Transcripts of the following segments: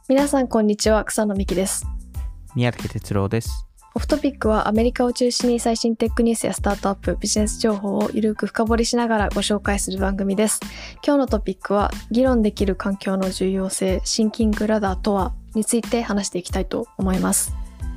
皆さんこんにちは、草野美希です。 宮武哲郎です。 オフトピックはアメリカを中心に最新テックニュースやスタートアップ、ビジネス情報をゆるく深掘りしながらご紹介する番組です。今日のトピックは議論できる環境の重要性、シンキングラダーとはについて話していきたいと思います。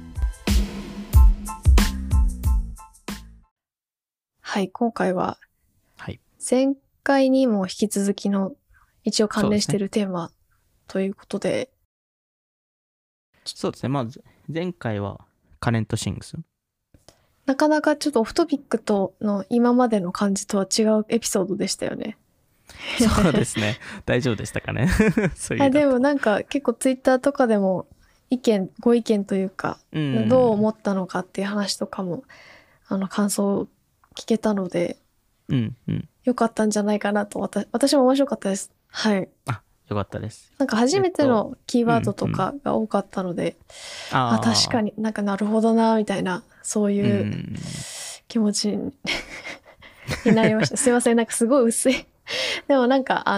はい、今回は前回にも引き続きの一応関連しているテーマということで、 そうですね。まず前回はカレントシングス。 なかなかちょっとオフトピックとの今までの感じとは違うエピソードでしたよね。 そうですね。大丈夫でしたかね。そういうでもなんか結構ツイッターとかでもご意見というか、どう思ったのかっていう話とかも感想を聞けたので、よかったんじゃないかなと私も面白かったです。はい。 よかったです。 なんか初めてのキーワードとかが多かったので、確かになんかなるほどなみたいな、そういう気持ちになりました。すいません、なんかすごい薄いでもなんか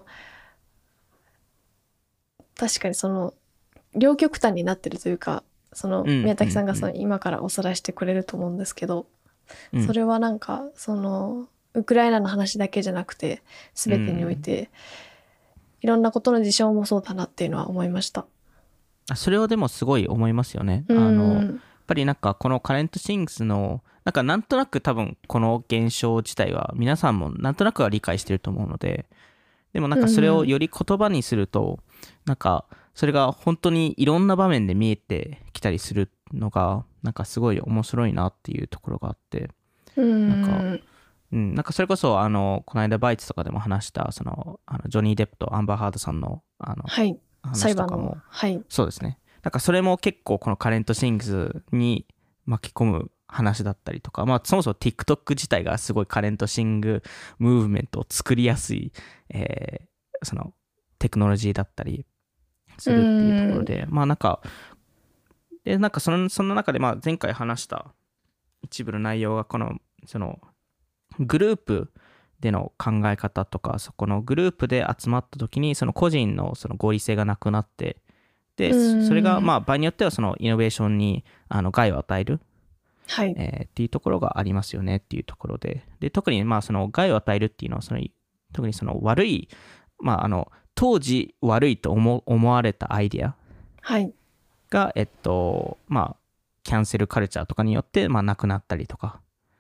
確かにその両極端になってるというか、その宮武さんが今からおさらいしてくれると思うんですけど、それはなんかそのウクライナの話だけじゃなくて全てにおいて、いろんなことの事象もそうだなっていうのは思いました。 それはでもすごい思いますよね。やっぱりなんかこのカレントシングスのなんとなく多分この現象自体は皆さんもなんとなくは理解してると思うので、でもなんかそれをより言葉にすると、なんかそれが本当にいろんな場面で見えてきたりするのがなんかすごい面白いなっていうところがあって、なんかそれこそこの間バイツとかでも話したジョニー・デップとアンバー・ハードさんの話とかも、そうですね。なんかそれも結構このカレントシングスに巻き込む話だったりとか、そもそも TikTok 自体がすごいカレントシングムーブメントを作りやすい、そのテクノロジーだったりするっていうところで、なんかその中で前回話した一部の内容がそのグループでの考え方とか、そこのグループで集まった時にその個人のその合理性がなくなって、でそれが場合によってはそのイノベーションに害を与える、っていうところがありますよねっていうところで、特にその害を与えるっていうのは特にその悪い、当時悪いと思われたアイデアが、キャンセルカルチャーとかによってなくなったりとか。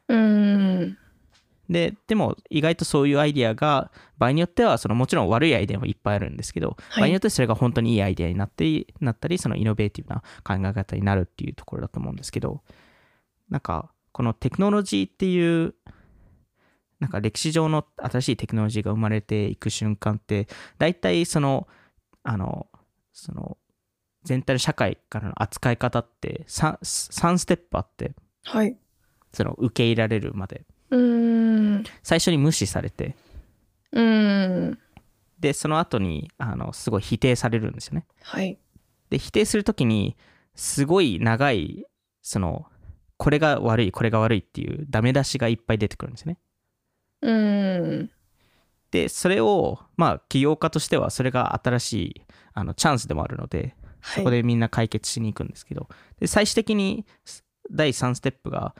でも意外とそういうアイディアが場合によってはもちろん悪いアイデアもいっぱいあるんですけど、場合によってそれが本当にいいアイデアになったりそのイノベーティブな考え方になるっていうところだと思うんですけど、なんかこのテクノロジーっていうなんか歴史上の新しいテクノロジーが生まれていく瞬間って、大体その全体の社会からの扱い方って 3ステップあって、その受け入れられるまで、最初に無視されて、でその後にすごい否定されるんですよね。で否定するときにすごい長いこれが悪いこれが悪いっていうダメ出しがいっぱい出てくるんですよね。でそれを起業家としてはそれが新しいチャンスでもあるので、そこでみんな解決しに行くんですけど、で最終的に第3ステップが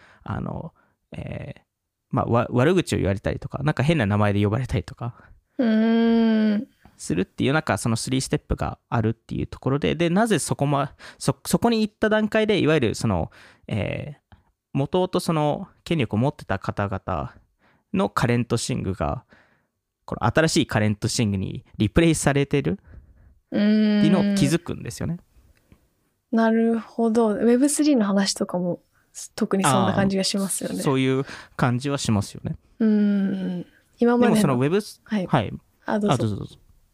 悪口を言われたりとか、なんか変な名前で呼ばれたりとかするっていう、なんかその3ステップがあるっていうところで、なぜそこに行った段階でいわゆる元々その権力を持ってた方々のカレントシングがこの新しいカレントシングにリプレイスされてるっていうのを気づくんですよね。なるほど。 Web3 の話とかも特にそんな感じがしますよね。 そういう感じはしますよね。 今までのでもその Web、 どうぞ。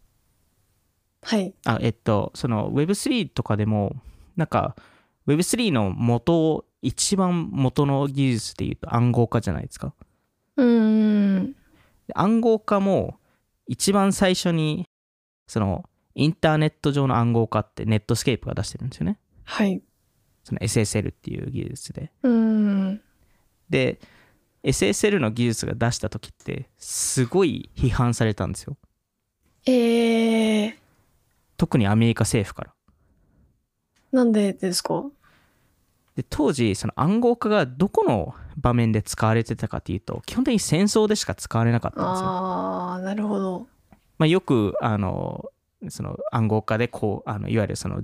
その Web3 とかでもなんか Web3 の一番元の技術でいうと暗号化じゃないですか。暗号化も一番最初にそのインターネット上の暗号化ってネットスケープが出してるんですよね。その SSL っていう技術で。で SSL の技術が出した時ってすごい批判されたんですよ。特にアメリカ政府から。 なんでですか？ で当時その暗号化がどこの場面で使われてたかっていうと基本的に戦争でしか使われなかったんですよ。 ああ、なるほど。 よくその暗号化でこういわゆるその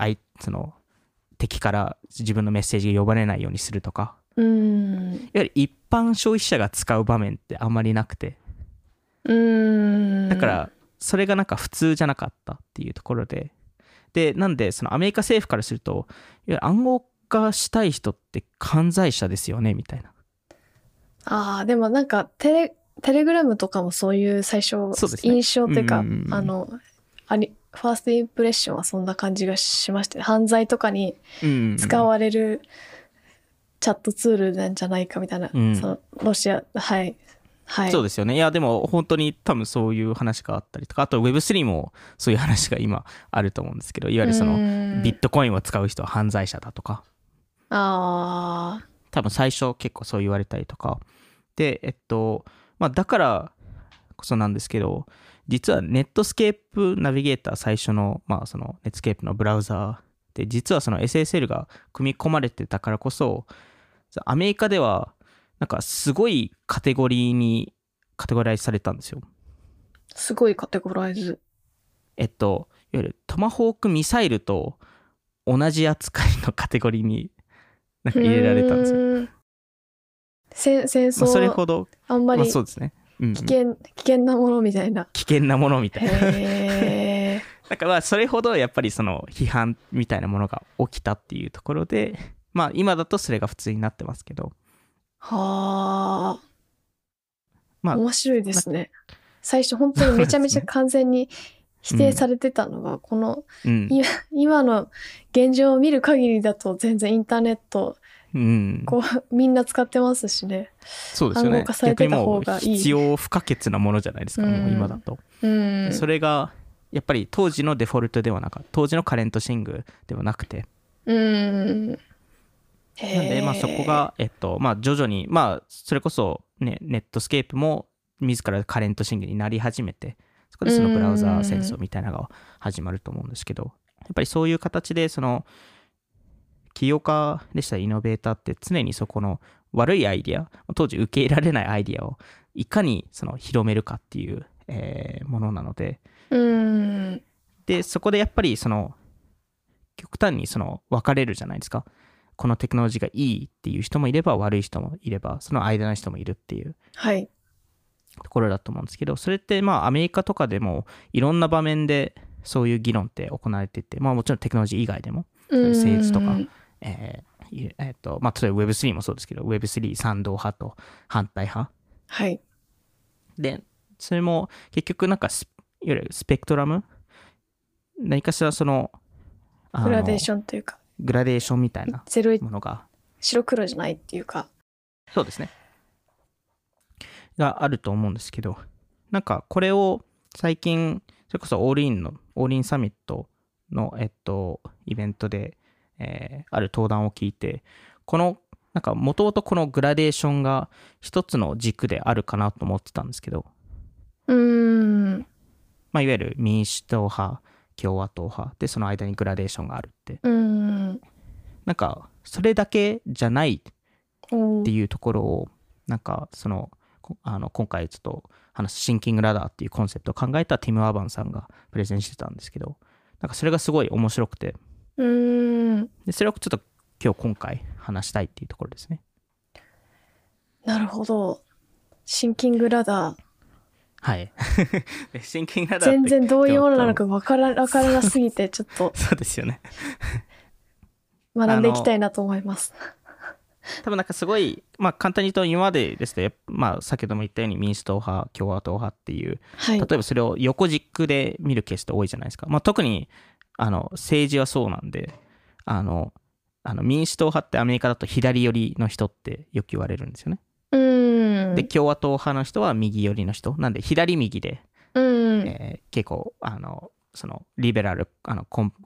敵から自分のメッセージが呼ばれないようにするとか、いわゆる一般消費者が使う場面ってあんまりなくて、だからそれがなんか普通じゃなかったっていうところで、なんでそのアメリカ政府からするといわゆる暗号化したい人って犯罪者ですよねみたいな。 ああ、でもなんかテレグラムとかもそういう最初、印象というか、ファーストインプレッションはそんな感じがしました。犯罪とかに使われるチャットツールなんじゃないかみたいな、そのロシア、はい。 そうですよね。いやでも本当に多分そういう話があったりとか、あと Web3 もそういう話が今あると思うんですけど、いわゆるそのビットコインを使う人は犯罪者だとか、多分最初結構そう言われたりとかで、だからこそなんですけど、実はネットスケープナビゲーター最初のそのネットスケープのブラウザーで実はその SSL が組み込まれてたからこそ、アメリカではなんかすごいカテゴライズされたんですよ。 すごいカテゴライズ。 いわゆるトマホークミサイルと同じ扱いのカテゴリーになんか入れられたんですよ。 戦争、 それほどあんまりそうですね。 危険なものみたいな。 危険なものみたいな。なんかそれほどやっぱりその批判みたいなものが起きたっていうところで、今だとそれが普通になってますけど。 はあ。面白いですね。最初本当にめちゃめちゃ完全に否定されてたのが、この、今の現状を見る限りだと全然インターネット、こうみんな使ってますしね。 そうですよね。 暗号化されてた方がいい。 必要不可欠なものじゃないですか、もう今だと。それがやっぱり当時のデフォルトではなかった、当時のカレントシングではなくて。なんでそこが徐々にそれこそねネットスケープも自らカレントシングになり始めて、そこでそのブラウザー戦争みたいなのが始まると思うんですけど、やっぱりそういう形でその起業家でしたイノベーターって常にそこの悪いアイディア、当時受け入れられないアイディアをいかにその広めるかっていう、ものなので、でそこでやっぱりその極端にその分かれるじゃないですか。このテクノロジーがいいっていう人もいれば悪い人もいればその間の人もいるっていうところだと思うんですけど、それってアメリカとかでもいろんな場面でそういう議論って行われていて、もちろんテクノロジー以外でも政治とか、例えば Web3 もそうですけど Web3 賛同派と反対派、でそれも結局なんかいわゆるスペクトラム、何かしらそのグラデーションというかグラデーションみたいなものが白黒じゃないっていうか、 そうですねがあると思うんですけど、なんかこれを最近それこそオールインサミットのイベントで、ある登壇を聞いて、このなんかもともとこのグラデーションが一つの軸であるかなと思ってたんですけど、いわゆる民主党派共和党派でその間にグラデーションがあるって、なんかそれだけじゃないっていうところをなんかその今回ちょっと話すシンキングラダーっていうコンセプトを考えたティム・アバンさんがプレゼンしてたんですけど、なんかそれがすごい面白くて、でそれをちょっと今回話したいっていうところですね。 なるほど。シンキングラダー。 はい。シンキングラダー全然どういうものなのか分からなすぎてちょっとそうですよね。 学んでいきたいなと思います。 多分なんかすごい、簡単に言うと今までですと、先ほども言ったように民主党派共和党派っていう、例えばそれを横軸で見るケースって多いじゃないですか。特に政治はそうなんで、民主党派ってアメリカだと左寄りの人ってよく言われるんですよね。で共和党派の人は右寄りの人なんで左右で、結構そのリベラルコン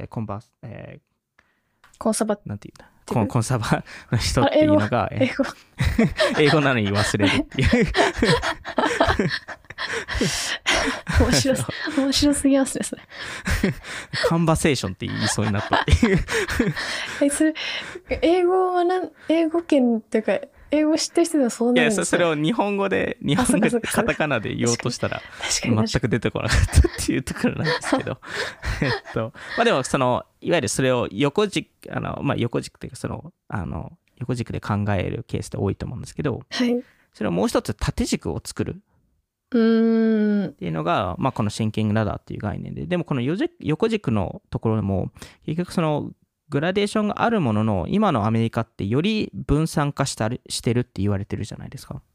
サバなんていうんだコンサバの人っていうのが英語なのに忘れるっていう面白すぎますね、それ。 カンバセーションって言いそうになったっていうそれ、英語圏っていうか、英語知ってる人でもそうなるんですか？ いや、それを日本語でカタカナで言おうとしたら全く出てこなかったっていうところなんですけどまあでもいわゆるそれを横軸っていうか横軸で考えるケースって多いと思うんですけど、 はい、 それをもう一つ縦軸を作るっていうのが、まあ、このシンキングラダーっていう概念で、もこの横軸のところも結局グラデーションがあるものの、今のアメリカってより分散化してるって言われてるじゃないですか。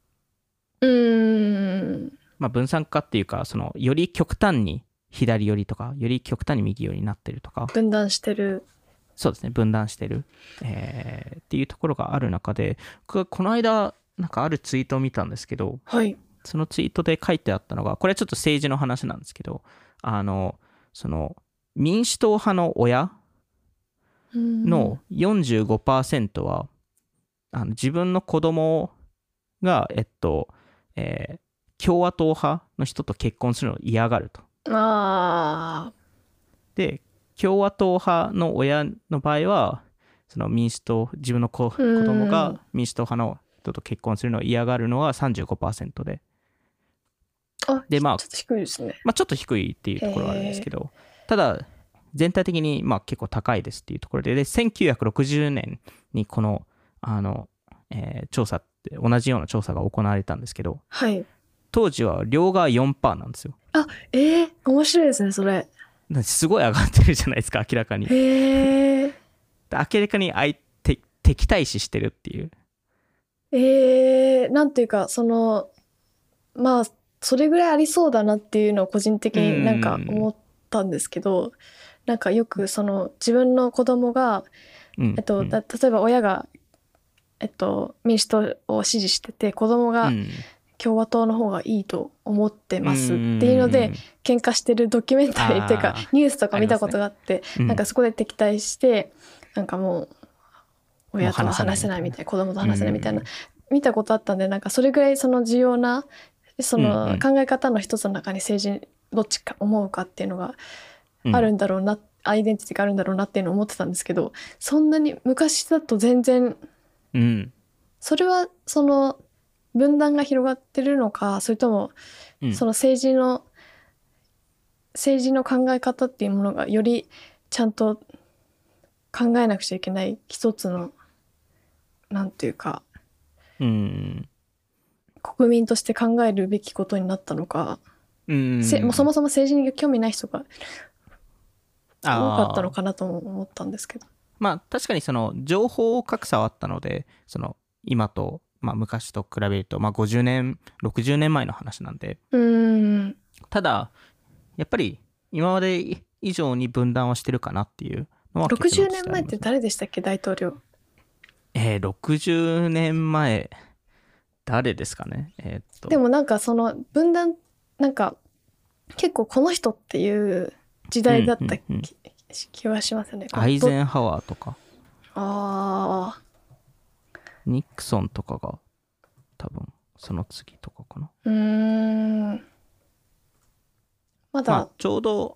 まあ、分散化っていうか、より極端に左寄りとか、より極端に右寄りになってるとか。 分断してる。 そうですね、分断してる、っていうところがある中で、僕はこの間、なんかあるツイートを見たんですけど、 はい、 そのツイートで書いてあったのが、これはちょっと政治の話なんですけど、民主党派の親の 45% は自分の子供が共和党派の人と結婚するのを嫌がると。で、共和党派の親の場合は自分の子供が民主党派の人と結婚するのを嫌がるのは 35% で。 で、まあ、ちょっと低いですね。 まあ、ちょっと低いっていうところはあるんですけど、ただ全体的にまあ結構高いですっていうところで、1960年にこの調査って同じような調査が行われたんですけど、 はい、 当時は両側 4% なんですよ。 面白いですね、それ。 すごい上がってるじゃないですか、明らかに。明らかに敵対視してるっていう。 なんていうか、まあそれぐらいありそうだなっていうのを個人的になんか思ったんですけど、なんかよく自分の子供が、例えば親が、民主党を支持してて、子供が共和党の方がいいと思ってますっていうので喧嘩してるドキュメンタリーっていうかニュースとか見たことがあって、なんかそこで敵対してなんかもう親と話せないみたいな、子供と話せないみたいな見たことあったんで、なんかそれぐらい重要な考え方の一つの中に政治どっちか思うかっていうのがあるんだろうな、アイデンティティがあるんだろうなっていうのを思ってたんですけど、そんなに昔だと全然、それは分断が広がってるのか、それとも政治の考え方っていうものがよりちゃんと考えなくちゃいけない一つのなんていうか、国民として考えるべきことになったのか、もうそもそも政治に興味ない人が多かったのかなと思ったんですけど。 まあ確かに情報格差はあったので、今と、まあ、昔と比べると、まあ、50年60年前の話なんで、ただやっぱり今まで以上に分断をしてるかなっていうのは 60年前って誰でしたっけ、大統領。 60年前誰ですかね。 でもなんか分断なんか結構この人っていう時代だった気はしますよね。 アイゼンハワーとかニクソンとかが多分その次とかかな。 まだ、 ちょうど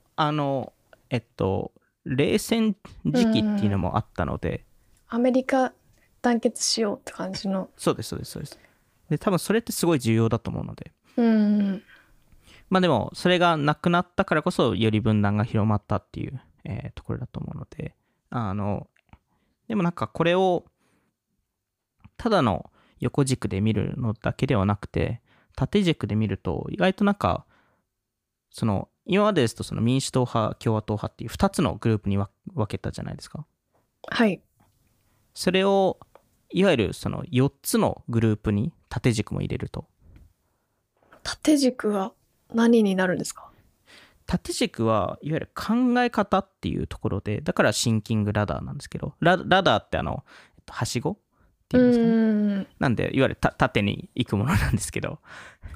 冷戦時期っていうのもあったので、 アメリカ団結しようって感じの。 そうですで、多分それってすごい重要だと思うので、まあでもそれがなくなったからこそより分断が広まったっていう、ところだと思うので、でもなんかこれをただの横軸で見るのだけではなくて、縦軸で見ると意外となんか今までですと民主党派共和党派っていう2つのグループに分けたじゃないですか。 はい。 それをいわゆる4つのグループに縦軸も入れると。 縦軸は何になるんですか？ 縦軸はいわゆる考え方っていうところで、だからシンキングラダーなんですけど、ラダーってはしごっていうんですかね。なんでいわゆる縦に行くものなんですけど。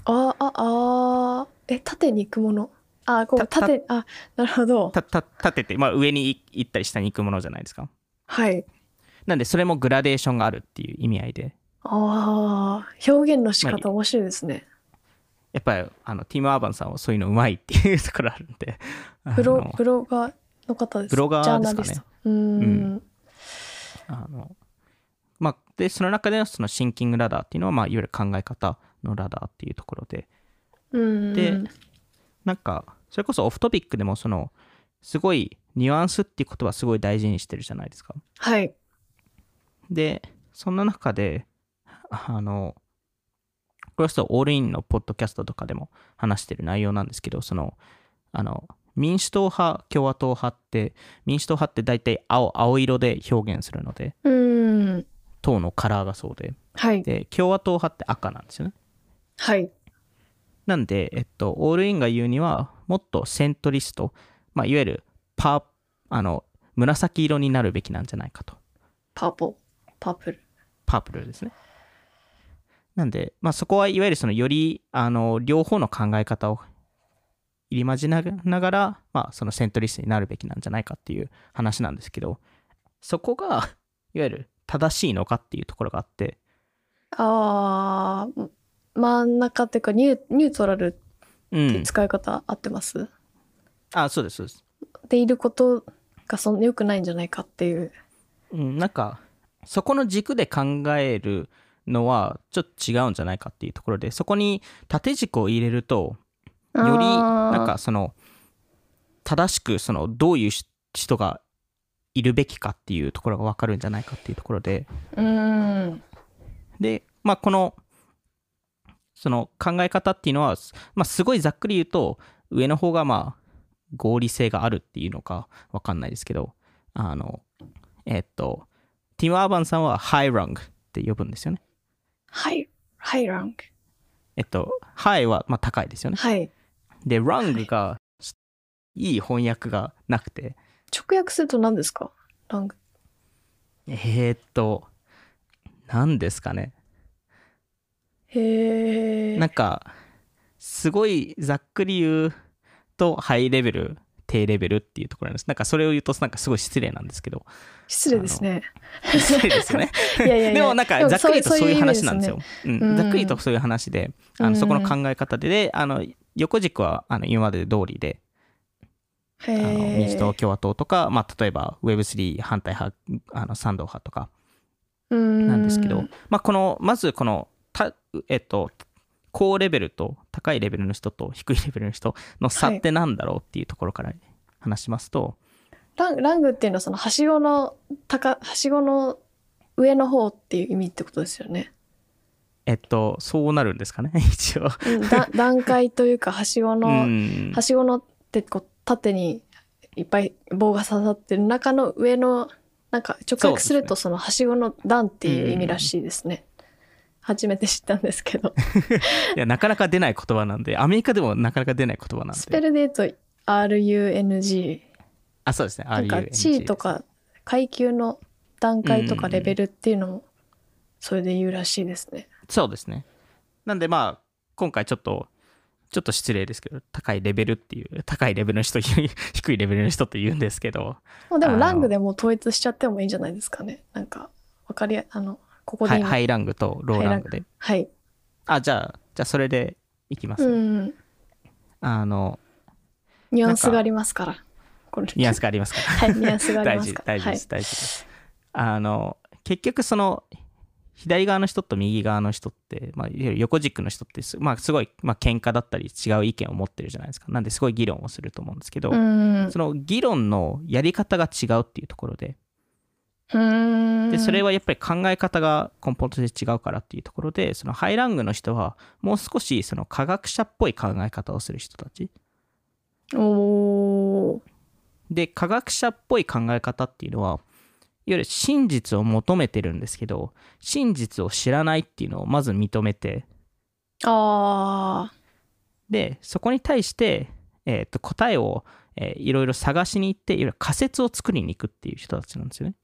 縦に行くもの。なるほど。 縦って、まあ、上に行ったり下に行くものじゃないですか。 はい。 なんでそれもグラデーションがあるっていう意味合いで。 表現の仕方面白いですね。 やっぱりティム・アーバンさんはそういうのうまいっていうところあるんでブロガーの方ですか？ ブロガーですかね。まあ、でその中でのそのシンキングラダーっていうのは、まあ、いわゆる考え方のラダーっていうところで、でなんかそれこそオフトピックでもすごいニュアンスっていう言葉すごい大事にしてるじゃないですか。 はい。 でそんな中でこれはオールインのポッドキャストとかでも話してる内容なんですけど、民主党派共和党派って民主党派って大体青色で表現するので、党のカラーがそうで、 はい、 で共和党派って赤なんですよね。 はい。 なんで、オールインが言うにはもっとセントリスト、まあ、いわゆる紫色になるべきなんじゃないかと。 パープルですね。なんで、まあ、そこはいわゆるより両方の考え方を入り混じながら、まあ、そのセントリストになるべきなんじゃないかっていう話なんですけど、そこがいわゆる正しいのかっていうところがあって、 真ん中っていうかニュートラルって使い方合ってます？ そうですそうです。 でいることが良くないんじゃないかっていう。 なんかそこの軸で考えるのはちょっと違うんじゃないかっていうところで、そこに縦軸を入れるとよりなんか正しくどういう人がいるべきかっていうところが分かるんじゃないかっていうところで、でまあこの考え方っていうのは、まあ、すごいざっくり言うと上の方がまあ合理性があるっていうのか分かんないですけど、ティム・アーバンさんはハイラングって呼ぶんですよね。 ハイラング。 ハイはまあ高いですよね。 はい。 で、ラングがいい翻訳がなくて。 直訳すると何ですか？ラング。 何ですかね。 へえ。 なんか、すごいざっくり言うと、ハイレベル、低レベルっていうところなんです。なんかそれを言うとなんかすごい失礼なんですけど。 失礼ですね。 失礼ですよね。いやいやいやでもなんかざっくりとそういう話なんですよ。ざっくりとそういう話で、そこの考え方で、横軸は今まで通りで、民主党共和党とか、まあ、例えば Web3 反対派賛同派とかなんですけど、まあ、まずこの高レベルと高いレベルの人と低いレベルの人の差ってなんだろうっていうところから話しますと、 ラングっていうのははしごの上の方っていう意味ってことですよね。 そうなるんですかね一応段階というかはしごのって縦にいっぱい棒が刺さってる中の上のなんか直訳するとはしごの段っていう意味らしいですね。初めて知ったんですけどいやなかなか出ない言葉なんで、アメリカでもなかなか出ない言葉なんで。 スペルで言うと RUNG。 そうですね。 なんか地位とか階級の段階とかレベルっていうのもそれで言うらしいですね。 そうですね。なんでまあ今回ちょっと失礼ですけど、高いレベルの人低いレベルの人と言うんですけど、 でもラングでも統一しちゃってもいいんじゃないですかね。なんか分かりここでハイラングとローラングで。 はい。 じゃあそれでいきます、ね。 ニュアンスがありますから。 ニュアンスがありますから。 はい、ニュアンスがありますから。 大事です。結局左側の人と右側の人って、まあ、横軸の人って、まあ、すごい、まあ、喧嘩だったり違う意見を持ってるじゃないですか。なんですごい議論をすると思うんですけど、その議論のやり方が違うっていうところで、でそれはやっぱり考え方が根本として違うからっていうところで、そのハイラングの人はもう少し科学者っぽい考え方をする人たち。で科学者っぽい考え方っていうのはいわゆる真実を求めてるんですけど、真実を知らないっていうのをまず認めて、でそこに対して、答えを、いろいろ探しに行って、いろいろ仮説を作りに行くっていう人たちなんですよね。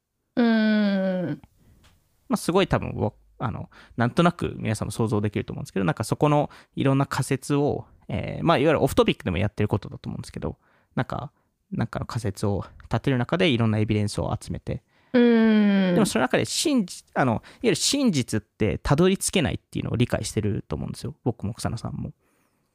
まあ、すごい多分なんとなく皆さんも想像できると思うんですけど、なんかそこのいろんな仮説を、まあ、いわゆるオフトピックでもやってることだと思うんですけど、なんかの仮説を立てる中でいろんなエビデンスを集めて、でもその中でいわゆる真実ってたどり着けないっていうのを理解してると思うんですよ。僕も草野さんも。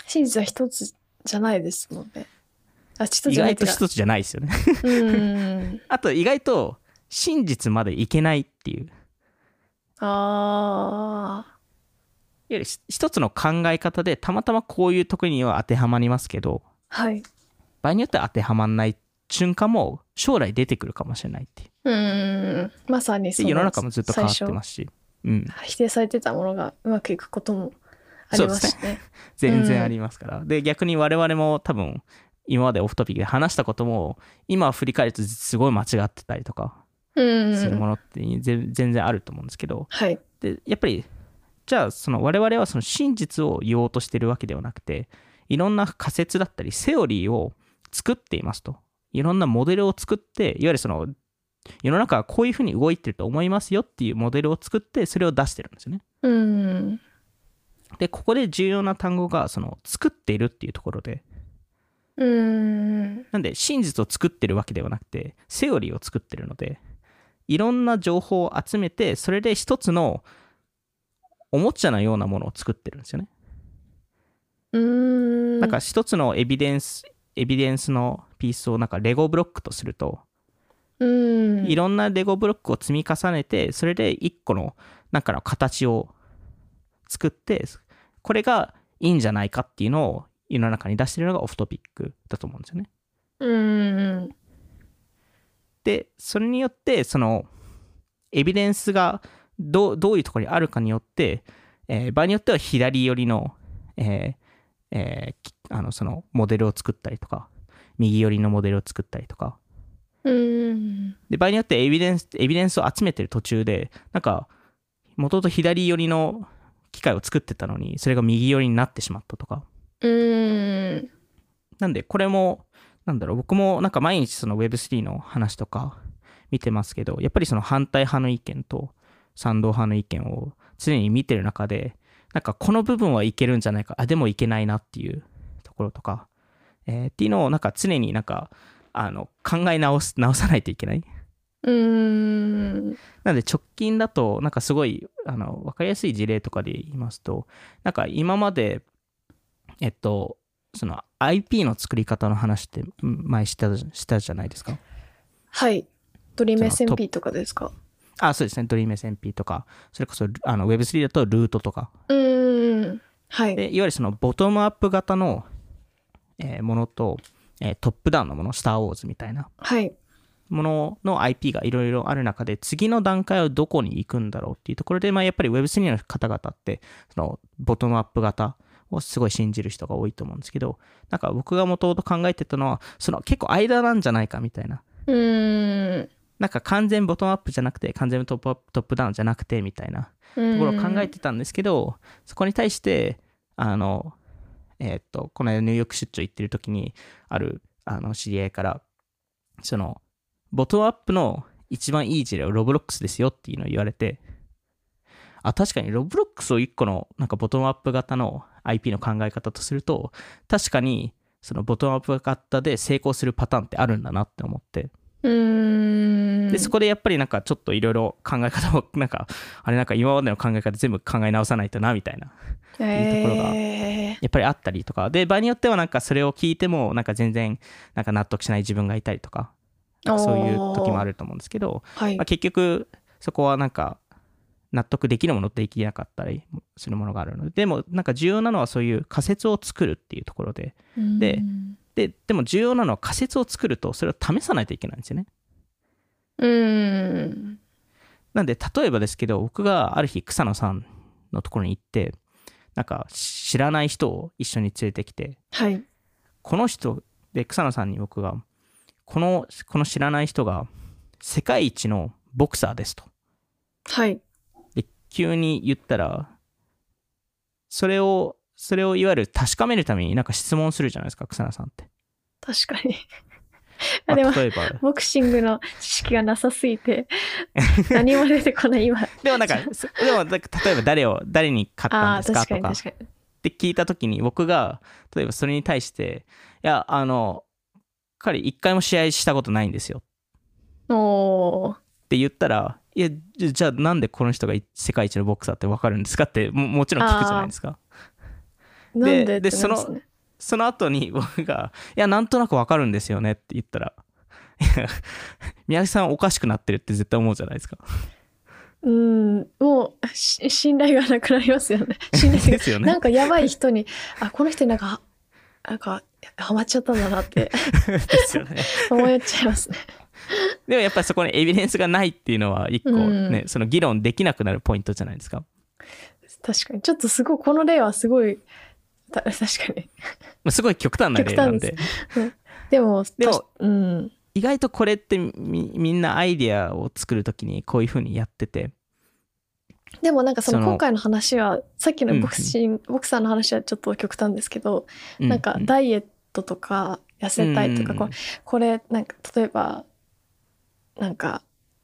真実は一つじゃないですもんね。 意外と一つじゃないですよねあと意外と真実までいけないっていう。いわゆる一つの考え方でたまたまこういうところには当てはまりますけど、 はい、 場合によっては当てはまらない瞬間も将来出てくるかもしれないっていう。まさにその世の中もずっと変わってますし、 否定されてたものがうまくいくこともありますしね。 全然ありますから。で逆に我々も多分今までオフトピックで話したことも今振り返るとすごい間違ってたりとかするものって全然あると思うんですけど、 はい、 でやっぱりじゃあその我々はその真実を言おうとしてるわけではなくて、いろんな仮説だったりセオリーを作っていますと。いろんなモデルを作って、いわゆるその世の中はこういうふうに動いてると思いますよっていうモデルを作ってそれを出してるんですよね。でここで重要な単語がその作っているっていうところで、なんで真実を作ってるわけではなくてセオリーを作ってるので、いろんな情報を集めてそれで一つのおもちゃのようなものを作ってるんですよね。なんか一つのエビデンスのピースをなんかレゴブロックとすると、いろんなレゴブロックを積み重ねてそれで一個のなんかの形を作って、これがいいんじゃないかっていうのを世の中に出しているのがオフトピックだと思うんですよね。でそれによってそのエビデンスがどういうところにあるかによって、場合によっては左寄りの、そのモデルを作ったりとか右寄りのモデルを作ったりとか、で場合によってエビデンスを集めてる途中でなんかもともと左寄りの機械を作ってたのにそれが右寄りになってしまったとか。なんでこれもなんだろう、僕もなんか毎日その Web3 の話とか見てますけど、やっぱりその反対派の意見と賛同派の意見を常に見てる中で、なんかこの部分はいけるんじゃないか、でもいけないなっていうところとか、っていうのをなんか常になんか考え直さないといけない。なので直近だとなんかすごい分かりやすい事例とかで言いますと、なんか今までその IP の作り方の話って前したじゃないですか。 はい。ドリーム SMP とかですか。 そうですね。ドリーム SMP とか、それこそWeb3 だとルートとか。 はい。 でいわゆるそのボトムアップ型の、ものと、トップダウンのもの、スター・ウォーズみたいなものの IP がいろいろある中で、次の段階はどこに行くんだろうっていうところで、やっぱり Web3 の方々ってそのボトムアップ型をすごい信じる人が多いと思うんですけど、なんか僕がもともと考えてたのはその結構間なんじゃないかみたいな。なんか完全ボトムアップじゃなくて完全トップダウンじゃなくてみたいなところを考えてたんですけど、そこに対してこの間ニューヨーク出張行ってる時にある知り合いからそのボトムアップの一番いい事例はロブロックスですよっていうのを言われて、確かにロブロックスを一個のなんかボトムアップ型の IP の考え方とすると、確かにそのボトムアップ型で成功するパターンってあるんだなって思って、でそこでやっぱりなんかちょっといろいろ考え方をなんか今までの考え方全部考え直さないとなみたいな、いうところがやっぱりあったりとかで、場合によってはなんかそれを聞いてもなんか全然なんか納得しない自分がいたりとか、そういう時もあると思うんですけど、結局そこはなんか納得できるものってできなかったりするものがあるので、でもなんか重要なのはそういう仮説を作るっていうところで、でも重要なのは仮説を作るとそれを試さないといけないんですよね。なんで例えばですけど、僕がある日草野さんのところに行ってなんか知らない人を一緒に連れてきて、この人で草野さんに僕がこの知らない人が世界一のボクサーですと、で急に言ったら、それをいわゆる確かめるためになんか質問するじゃないですか、草野さんって。 確かにでも例えばボクシングの知識がなさすぎて何も出てこない今でも例えば誰に勝ったんですかとかって聞いた時に、僕が例えばそれに対して、いや彼一回も試合したことないんですよって言ったら、いやじゃあなんでこの人が世界一のボクサーって分かるんですかって もちろん聞くじゃないですか。 なんでってなりますね。 その後に僕が、いや、なんとなくわかるんですよねって言ったら、いや、宮崎さんおかしくなってるって絶対思うじゃないですか。 もう信頼がなくなりますよね。信頼ですよね。 なんかやばい人に、この人になんかハマっちゃったんだなってですよね。 思っちゃいますね。 でもやっぱりそこにエビデンスがないっていうのは一個ね、その議論できなくなるポイントじゃないですか。 確かに。ちょっとすごい、この例はすごい、確かに。 すごい極端な例なんで。 でも、 意外とこれってみんなアイデアを作るときにこういうふうにやってて。 でもなんかその今回の話は、さっきのボクサーの話はちょっと極端ですけど、なんかダイエットとか痩せたいとか、これなんか例えば、なんか、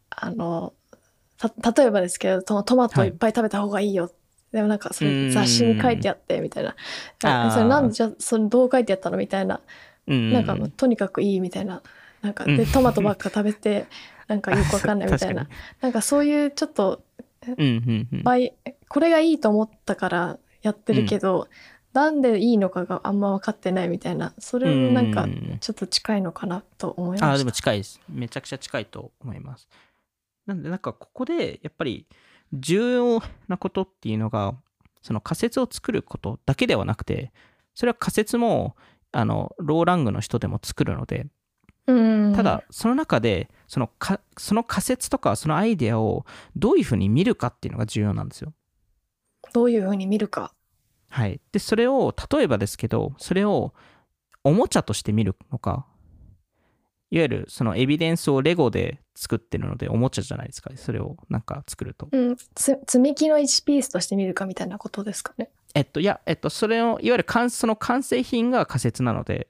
例えばですけど、トマトいっぱい食べた方がいいよ。でもなんかそれ雑誌に書いてあってみたいな。それなんでじゃそれどう書いてあったのみたいな。なんかとにかくいいみたいな。なんかでトマトばっか食べてなんかよくわかんないみたいな。なんかそういうちょっと、これがいいと思ったからやってるけど、なんでいいのかがあんま分かってないみたいな。それもなんかちょっと近いのかなと思いました。 でも近いです。めちゃくちゃ近いと思います。なんでなんかここでやっぱり重要なことっていうのが、その仮説を作ることだけではなくて、それは仮説もローラングの人でも作るので、ただその中でその仮説とかそのアイデアをどういうふうに見るかっていうのが重要なんですよ。 どういうふうに見るか。 はい。でそれを例えばですけど、それをおもちゃとして見るのか、いわゆるそのエビデンスをレゴで作ってるのでおもちゃじゃないですか。それをなんか作ると。 積み木の1ピースとして見るかみたいなことですかね。 いや、それをいわゆるその完成品が仮説なので。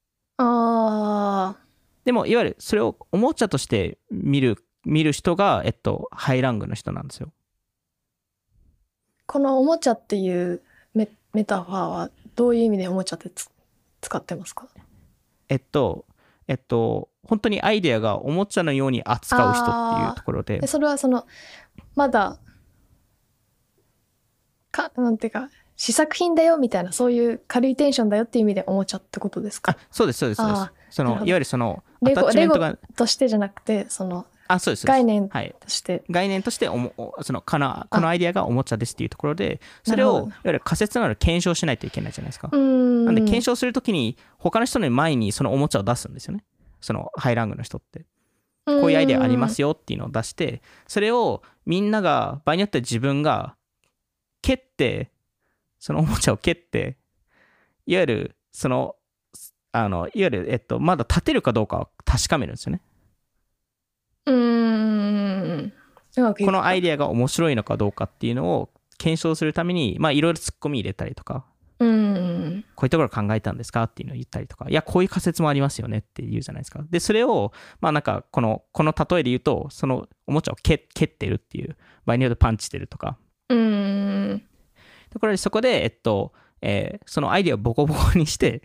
でもいわゆるそれをおもちゃとして見る人がハイラングの人なんですよ。 このおもちゃっていうメタファーはどういう意味でおもちゃって使ってますか？ 本当にアイデアがおもちゃのように扱う人っていうところで。 それはまだなんていうか試作品だよみたいな、そういう軽いテンションだよっていう意味でおもちゃってことですか？ そうです。いわゆるそのレゴとしてじゃなくてそうです。概念として、 そのこのアイデアがおもちゃですっていうところで、それをいわゆる仮説なので検証しないといけないじゃないですか。なんで検証するときに他の人の前にそのおもちゃを出すんですよね。そのハイラングの人ってこういうアイデアありますよっていうのを出して、それをみんなが場合によっては自分が蹴って、そのおもちゃを蹴って、いわゆるまだ立てるかどうかを確かめるんですよね。このアイデアが面白いのかどうかっていうのを検証するために、いろいろツッコミ入れたりとか、こういうところ考えたんですかっていうのを言ったりとか、いやこういう仮説もありますよねって言うじゃないですか。でそれをなんかこの例えで言うと、そのおもちゃを蹴ってるっていう、場合によってパンチしてるとか、そこでそのアイデアをボコボコにして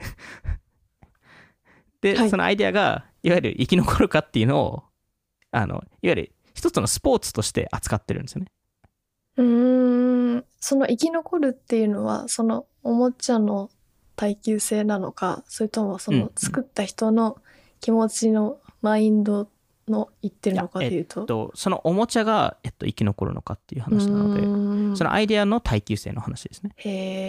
で、そのアイデアがいわゆる生き残るかっていうのをいわゆる一つのスポーツとして扱ってるんですよね。 その生き残るっていうのはそのおもちゃの耐久性なのか、それともその作った人の気持ちのマインドの言ってるのかというと、 そのおもちゃが、生き残るのかっていう話なので、そのアイデアの耐久性の話ですね。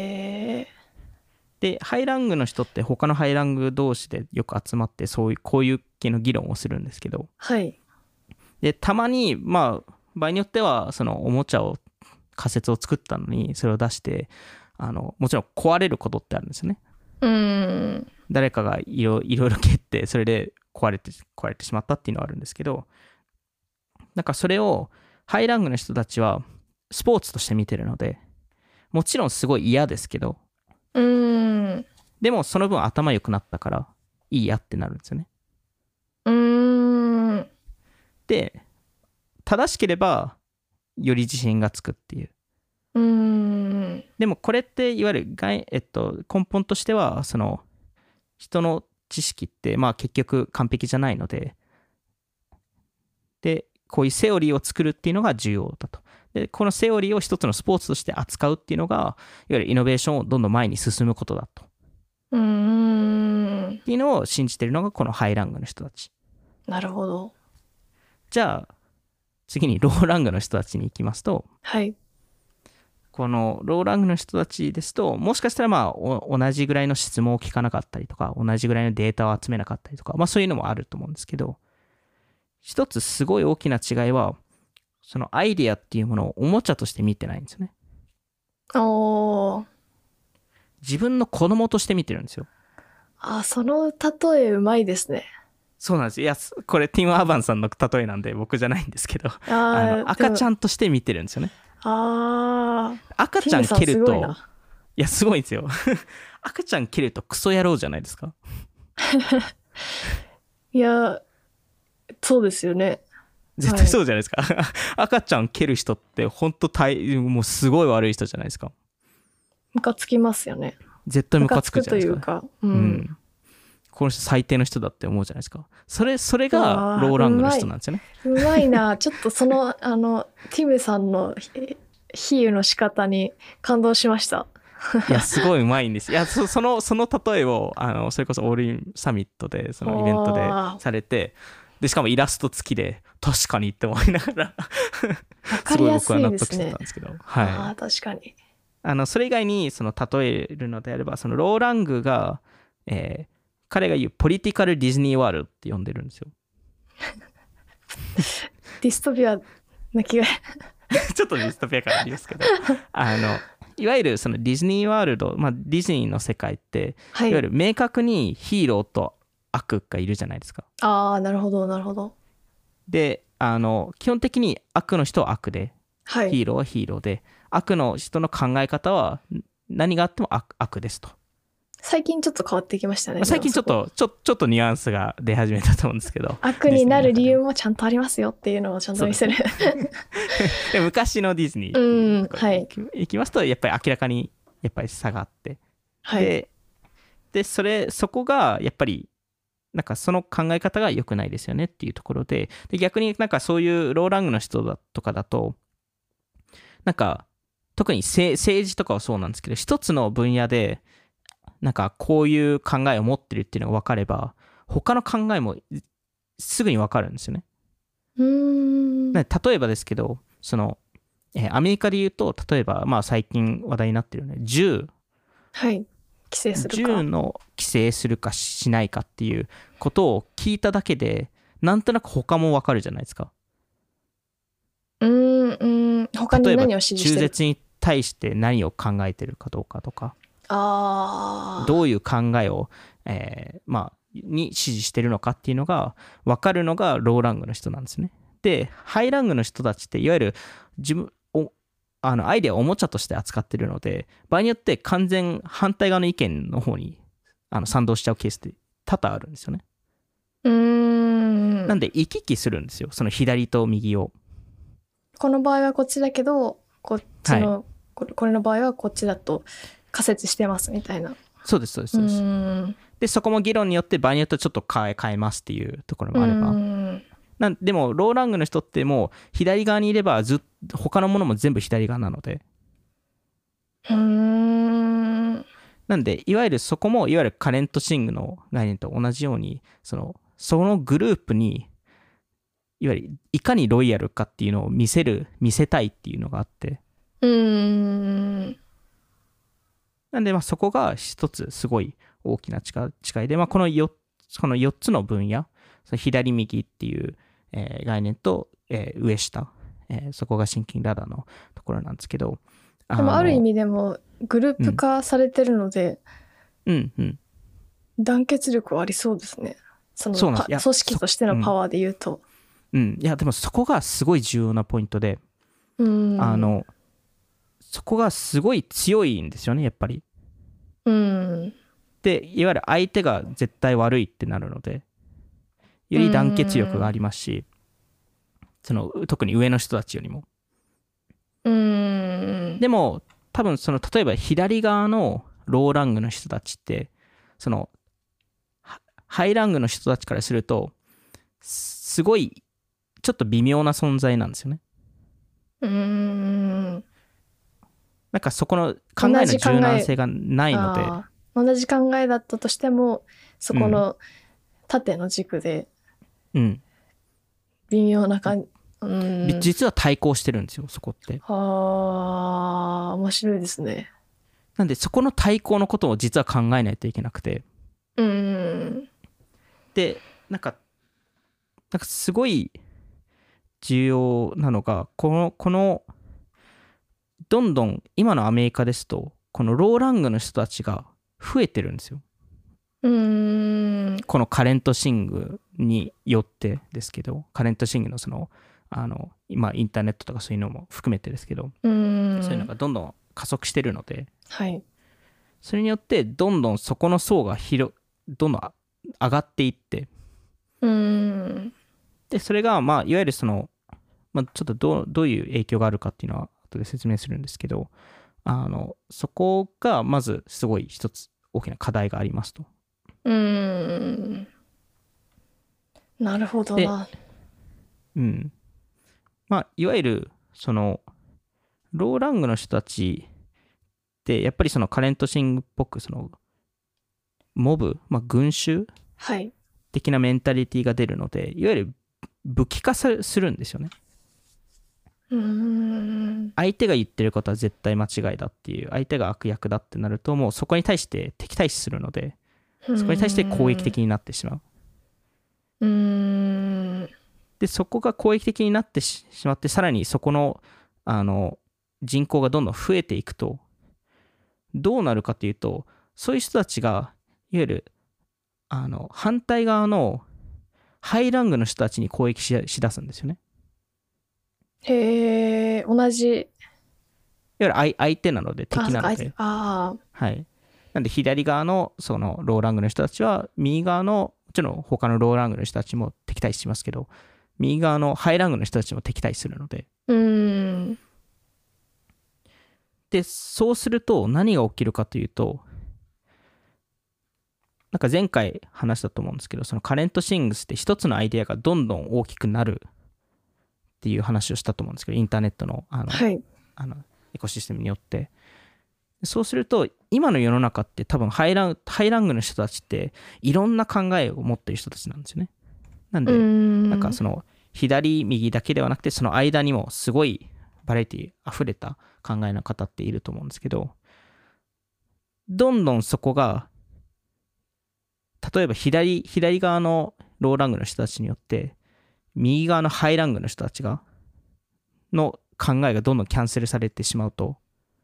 でハイラングの人って他のハイラング同士でよく集まってこういう系の議論をするんですけど、でたまに場合によってはそのおもちゃを仮説を作ったのにそれを出してもちろん壊れることってあるんですよね。誰かがいろいろ蹴ってそれで壊れてしまったっていうのはあるんですけど、なんかそれをハイラングの人たちはスポーツとして見てるので、もちろんすごい嫌ですけど、でもその分頭良くなったからいいやってなるんですよね。で正しければより自信がつくっていう。でもこれっていわゆる根本としてはその人の知識って結局完璧じゃないので、こういうセオリーを作るっていうのが重要だと。 でこのセオリーを一つのスポーツとして扱うっていうのがいわゆるイノベーションをどんどん前に進むことだとっていうのを信じているのがこのハイラングの人たち。 なるほど。 じゃあ次にローラングの人たちに行きますと、 はい、 このローラングの人たちですと、もしかしたらまあ同じぐらいの質問を聞かなかったりとか、同じぐらいのデータを集めなかったりとか、まあそういうのもあると思うんですけど、一つすごい大きな違いは、そのアイディアっていうものをおもちゃとして見てないんですよね。自分の子供として見てるんですよ。 その例えうまいですね。 そうなんです。いや、これティム・アーバンさんの例えなんで僕じゃないんですけど、赤ちゃんとして見てるんですよね。赤ちゃん蹴ると、いや、すごいんですよ。赤ちゃん蹴るとクソ野郎じゃないですか。 いや、そうですよね。 絶対そうじゃないですか。赤ちゃん蹴る人って本当もうすごい悪い人じゃないですか。 ムカつきますよね。 絶対ムカつくじゃないですか。 この人最低の人だって思うじゃないですか。それがローラングの人なんですよね。 うまいな。ちょっとそのティムさんの比喩の仕方に感動しました。 いやすごいうまいんです。いやその例えをそれこそオールインサミットでそのイベントでされて、でしかもイラスト付きで確かにって思いながらすごい僕は納得してたんですけど、 はい。確かに。 それ以外にその例えるのであれば、そのローラングが、彼が言うポリティカルディズニーワールドって呼んでるんですよ。 ディストピアな気がちょっとディストピア感ありますけどいわゆるそのディズニーワールド、ディズニーの世界って、いわゆる明確にヒーローと悪がいるじゃないですか。 なるほどなるほど。 で基本的に悪の人は悪で、ヒーローはヒーローで、悪の人の考え方は何があっても 悪ですと。 最近ちょっと変わってきましたね。 最近ちょっとニュアンスが出始めたと思うんですけど、 悪になる理由もちゃんとありますよっていうのをちゃんと見せる。 で昔のディズニー行きますとやっぱり明らかにやっぱり差があって、でそこがやっぱりなんかその考え方が良くないですよねっていうところで、逆になんかそういうローラングの人とかだと、なんか特に政治とかはそうなんですけど、一つの分野でなんかこういう考えを持ってるっていうのが分かれば、他の考えもすぐに分かるんですよね。例えばですけど、その、アメリカで言うと、例えば最近話題になってるよね、銃銃の規制するかしないかっていうことを聞いただけで、なんとなく他も分かるじゃないですか。 他に何を指示してる？ 中絶に対して何を考えてるかどうかとか、どういう考えを、に支持してるのかっていうのが分かるのがローラングの人なんですね。でハイラングの人たちっていわゆるアイデアをおもちゃとして扱ってるので、場合によって完全反対側の意見の方に賛同しちゃうケースって多々あるんですよね。なんで行き来するんですよ、その左と右を。 この場合はこっちだけどこっちの、これの場合はこっちだと仮説してますみたいな。 そうですそうですそうです。でそこも議論によって場合によってちょっと変えますっていうところもあれば、でもローラングの人ってもう左側にいれば他のものも全部左側なので、なんでいわゆるそこもいわゆるカレントシングの概念と同じように、そのグループにいわゆるいかにロイヤルかっていうのを見せたいっていうのがあって、なんでそこが一つすごい大きな違いで、この4つの分野、その左右っていう、概念と、上下、そこがシンキングラダーのところなんですけど、 でもある意味でもグループ化されてるので、団結力はありそうですね。その組織としてのパワーで言うと。 いやでもそこがすごい重要なポイントで、そこがすごい強いんですよねやっぱり。でいわゆる相手が絶対悪いってなるので、より団結力がありますし、特に上の人たちよりも。でも多分例えば左側のローラングの人たちってハイラングの人たちからするとすごいちょっと微妙な存在なんですよね。 なんかそこの考えの柔軟性がないので、 同じ考えだったとしてもそこの縦の軸で微妙な感じ、 実は対抗してるんですよ、そこって。 面白いですね。 なんでそこの対抗のことを実は考えないといけなくて、でなんかすごい重要なのがこのどんどん今のアメリカですとこのローラングの人たちが増えてるんですよ。このカレントシングによってですけど、カレントシングの今インターネットとかそういうのも含めてですけど、そういうのがどんどん加速してるので、 はい、 それによってどんどんそこの層がどんどん上がっていって、でそれがいわゆるちょっとどういう影響があるかっていうのは後で説明するんですけど、そこがまずすごい一つ大きな課題がありますと。 なるほどな。 いわゆるローラングの人たちってやっぱりカレントシングっぽくモブ、群衆的なメンタリティが出るので、いわゆる武器化するんですよね。相手が言ってることは絶対間違いだっていう、相手が悪役だってなるともうそこに対して敵対視するので、そこに対して攻撃的になってしまう。でそこが攻撃的になってしまって、さらにそこの人口がどんどん増えていくとどうなるかというと、そういう人たちがいわゆる反対側のハイラングの人たちに攻撃しだすんですよね。 へえ、同じ。いわゆる相手なので、敵なので。はい。なんで左側のそのローラングの人たちは右側のもちろん他のローラングの人たちも敵対しますけど、右側のハイラングの人たちも敵対するので。でそうすると何が起きるかというと、なんか前回話したと思うんですけど、そのカレントシングスって一つのアイデアがどんどん大きくなるっていう話をしたと思うんですけど、インターネットのエコシステムによって。そうすると今の世の中って多分ハイラングの人たちっていろんな考えを持ってる人たちなんですよね。なんでなんか左右だけではなくて、その間にもすごいバラエティ溢れた考えの方っていると思うんですけど、どんどんそこが例えば左側のローラングの人たちによって右側のハイラングの人たちの考えがどんどんキャンセルされてしまうと、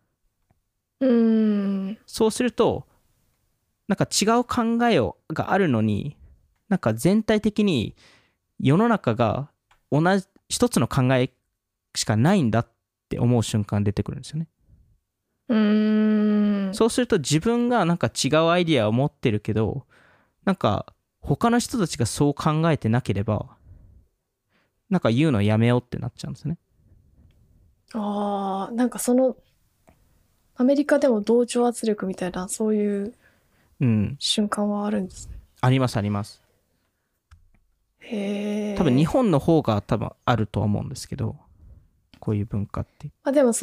そうするとなんか違う考えがあるのに、なんか全体的に世の中が一つの考えしかないんだって思う瞬間出てくるんですよね。そうすると自分がなんか違うアイディアを持ってるけど、なんか他の人たちがそう考えてなければなんか言うのやめようってなっちゃうんですね。 なんかアメリカでも同調圧力みたいなそういう瞬間はあるんですね。 ありますあります。 へえ。 多分日本の方が多分あるとは思うんですけど、こういう文化って。 でも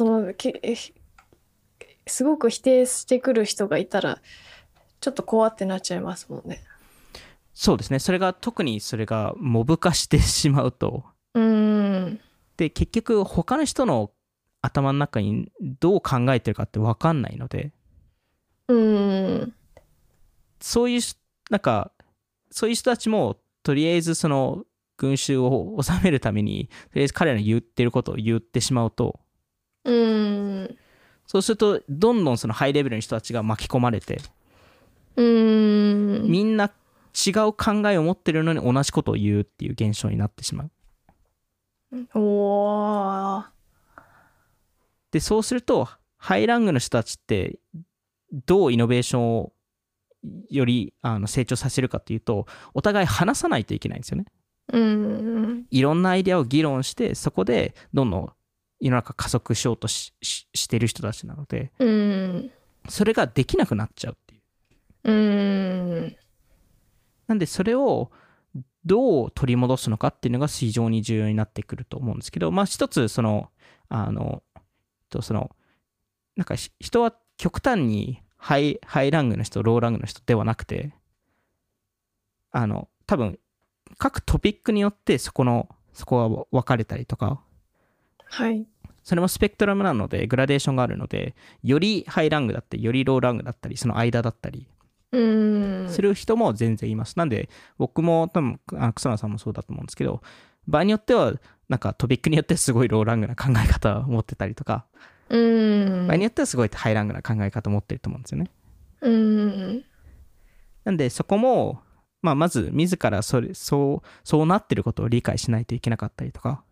すごく否定してくる人がいたらちょっと怖ってなっちゃいますもんね。 そうですね。特にそれがモブ化してしまうと、で結局他の人の頭の中にどう考えてるかって分かんないので、そういう人たちもとりあえずその群衆を収めるためにとりあえず彼らの言ってることを言ってしまうと、そうするとどんどんそのハイレベルの人たちが巻き込まれて、みんな違う考えを持ってるのに同じことを言うっていう現象になってしまう。でそうするとハイラングの人たちってどうイノベーションをより成長させるかというと、お互い話さないといけないんですよね。いろんなアイデアを議論して、そこでどんどん世の中加速しようとしている人たちなので、それができなくなっちゃうっていう。なんでそれをどう取り戻すのかっていうのが非常に重要になってくると思うんですけど、まあ一つそのなんか人は極端にハイラングの人ローラングの人ではなくて、多分各トピックによってそこは分かれたりとか、 はい、 それもスペクトラムなのでグラデーションがあるので、よりハイラングだったりよりローラングだったりその間だったりする人も全然います。なんで僕も多分草野さんもそうだと思うんですけど、場合によってはなんかトピックによってすごいローラングな考え方を持ってたりとか、場合によってはすごいハイラングな考え方を持ってると思うんですよね。なんでそこも、まあ、まず自らそうなってることを理解しないといけなかったりとか。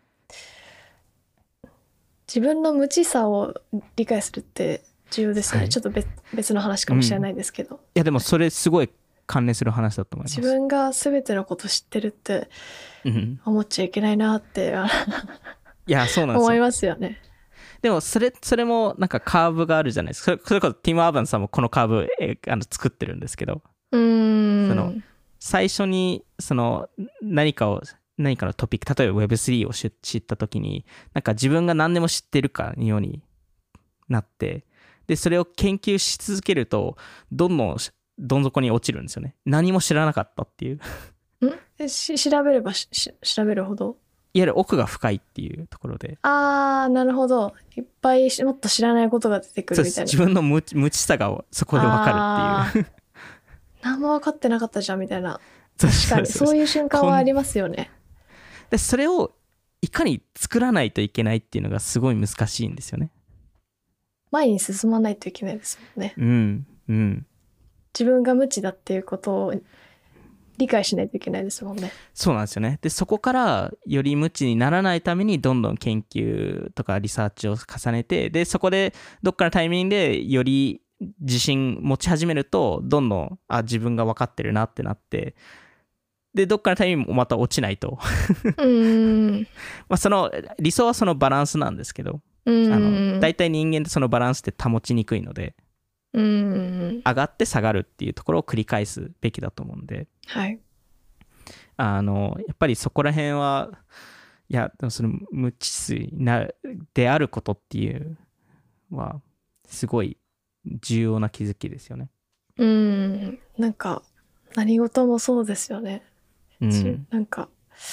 自分の無知さを理解するって重要ですよね、はい、ちょっと別の話かもしれないですけど、 いやでもそれすごい関連する話だと思います。 自分が全てのこと知ってるって思っちゃいけないなっていやそうなんですよ、 思いますよね。 でもそれもなんかカーブがあるじゃないですか。それこそティム・アーバンさんもこのカーブ作ってるんですけど、その最初にその何かのトピック、例えば Web3 を知った時になんか自分が何でも知ってるかのようになって、でそれを研究し続けるとどん底に落ちるんですよね。何も知らなかったっていう調べれば調べるほどいわゆる奥が深いっていうところで、 なるほど、いっぱいもっと知らないことが出てくるみたいな。 自分の無知さがそこで分かるっていう何も分かってなかったじゃんみたいな。確かにそういう瞬間はありますよね。 でそれをいかに作らないといけないっていうのがすごい難しいんですよね。 前に進まないといけないですもんね。自分が無知だっていうことを理解しないといけないですもんね。 そうなんですよね。でそこからより無知にならないためにどんどん研究とかリサーチを重ねて、でそこでどっかのタイミングでより自信持ち始めるとどんどん自分が分かってるなってなって、でどっかのタイミングもまた落ちないとまあその理想はそのバランスなんですけど、大体人間ってそのバランスって保ちにくいので、上がって下がるっていうところを繰り返すべきだと思うんで、 はい、 やっぱりそこら辺はいやでもその無知数であることっていうのはすごい重要な気づきですよね。 なんか何事もそうですよね。なんか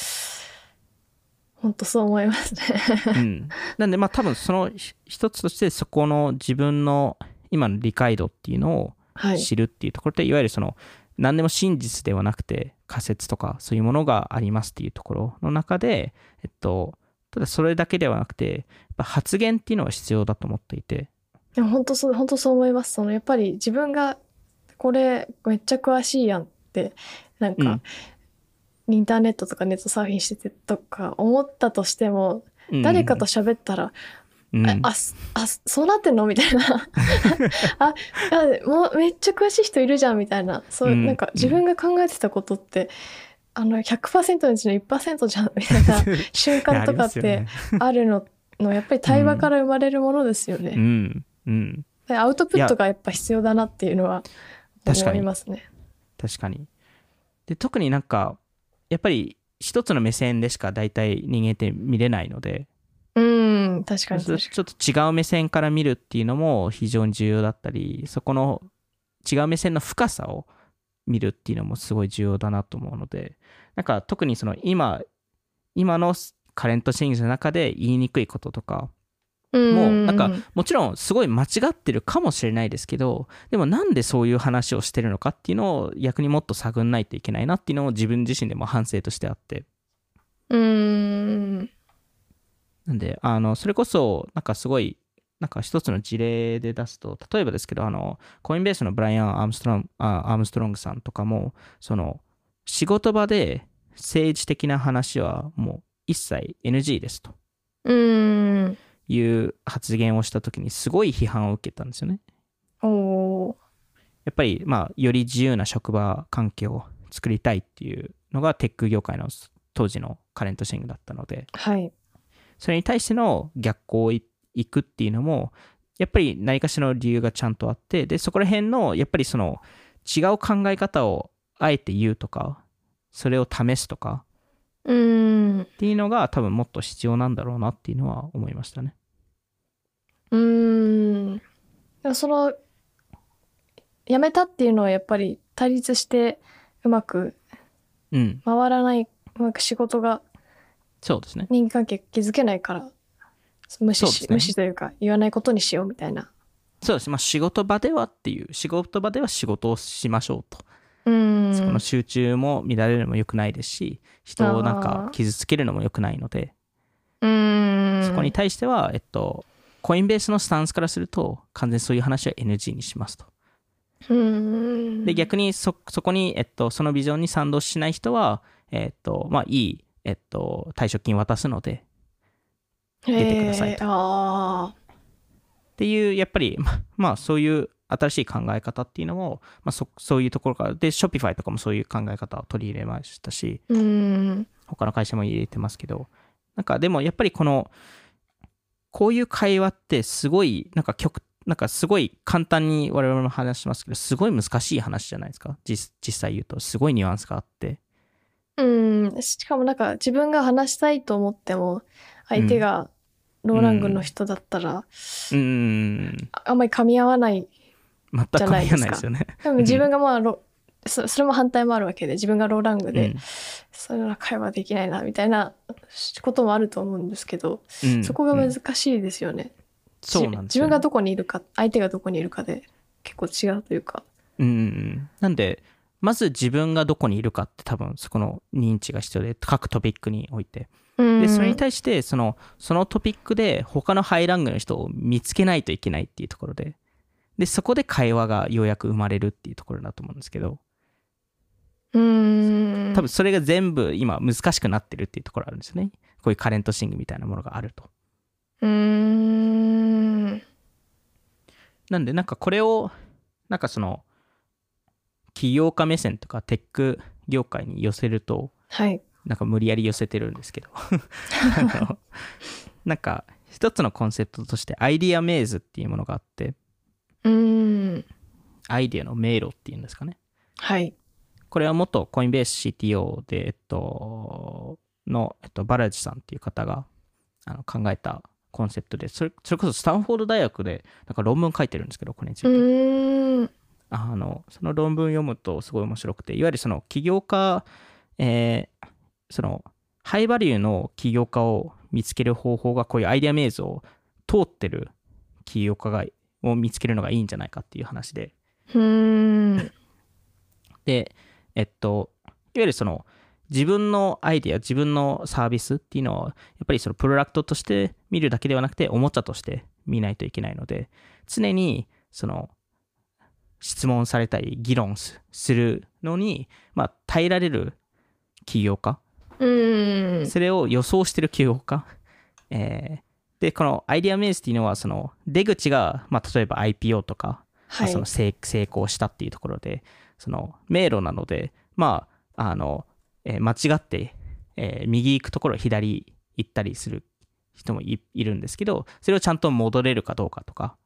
本当そう思いますねなんでまあ多分その一つとしてそこの自分の今の理解度っていうのを知るっていうところで、いわゆるその何でも真実ではなくて仮説とかそういうものがありますっていうところの中で、ただそれだけではなくてやっぱ発言っていうのが必要だと思っていて。 でも本当そう思います。やっぱり自分がこれめっちゃ詳しいやんってなんか、インターネットとかネットサーフィンしててとか思ったとしても、誰かと喋ったらそうなってんのみたいなもうめっちゃ詳しい人いるじゃんみたいな、そうなんか自分が考えてたことって100% のうちの 1% じゃんみたいな瞬間とかってあるのやっぱり対話から生まれるものですよね。アウトプットがやっぱ必要だなっていうのは思いますね。 確かに。で特になんかやっぱり一つの目線でしか大体人間って見れないので、 確かにちょっと違う目線から見るっていうのも非常に重要だったり、そこの違う目線の深さを見るっていうのもすごい重要だなと思うので、なんか特にその今のカレントシングスの中で言いにくいこととかもなんかもちろんすごい間違ってるかもしれないですけど、でもなんでそういう話をしてるのかっていうのを逆にもっと探んないといけないなっていうのを自分自身でも反省としてあって、なんでそれこそなんかすごいなんか一つの事例で出すと、例えばですけどコインベースのブライアン・アームストロングさんとかもその仕事場で政治的な話はもう一切 NG ですという発言をした時にすごい批判を受けたんですよね。やっぱりまあより自由な職場環境を作りたいっていうのがテック業界の当時のカレントシングだったので、それに対しての逆行を行くっていうのもやっぱり何かしらの理由がちゃんとあって、でそこら辺のやっぱりその違う考え方をあえて言うとかそれを試すとかっていうのが多分もっと必要なんだろうなっていうのは思いましたね。 その辞めたっていうのはやっぱり対立してうまく回らない、うまく仕事がそうですね、 人間関係築けないから無視というか言わないことにしようみたいな。 そうです。まあ仕事場では仕事をしましょうと。そこの集中も乱れるのも良くないですし、人をなんか傷つけるのも良くないので、そこに対してはコインベースのスタンスからすると完全にそういう話は NG にしますと。で逆にそこに、そのビジョンに賛同しない人は、まあいい、退職金渡すので出てくださいと。っていうやっぱりまあそういう新しい考え方っていうのも、まあ、そういうところからで Shopify とかもそういう考え方を取り入れましたし、他の会社も入れてますけど、なんかでもやっぱりこういう会話ってすごいなんかすごい簡単に我々も話しますけど、すごい難しい話じゃないですか。実際言うとすごいニュアンスがあって、 しかもなんか自分が話したいと思っても相手がローラングの人だったら、あんまり噛み合わないじゃないですか。全く噛み合わないですよね。でも自分がまあそれも反対もあるわけで、自分がローラングで、そういうような会話できないなみたいなこともあると思うんですけど、そこが難しいですよね。 そうなんですよね。 自分がどこにいるか、相手がどこにいるかで結構違うというか。 なんでまず自分がどこにいるかって多分そこの認知が必要で、各トピックにおいて。でそれに対してそのトピックで他のハイラングの人を見つけないといけないっていうところで、そこで会話がようやく生まれるっていうところだと思うんですけど、多分それが全部今難しくなってるっていうところあるんですよね。こういうカレントシングみたいなものがあると。なんでなんかこれをなんかその起業家目線とかテック業界に寄せると、なんか無理やり寄せてるんですけどなんか一つのコンセプトとしてアイディアメイズっていうものがあって、アイディアの迷路っていうんですかね。これは元コインベース CTO で、バラジさんっていう方が考えたコンセプトで、それこそスタンフォード大学でなんか論文書いてるんですけど、これについて。その論文読むとすごい面白くて、いわゆるその起業家、そのハイバリューの起業家を見つける方法がこういうアイデアメイズを通ってる起業家を見つけるのがいいんじゃないかっていう話で。で、いわゆるその自分のアイデア、自分のサービスっていうのをやっぱりそのプロダクトとして見るだけではなくておもちゃとして見ないといけないので、常にその質問されたり議論するのに、まあ、耐えられる起業家、それを予想してる起業家、でこのアイデアメイズっていうのはその出口が、まあ、例えば IPO とか、その成功したっていうところで、その迷路なので、まあ間違って、右行くところ左行ったりする人も いるんですけど、それをちゃんと戻れるかどうかとか。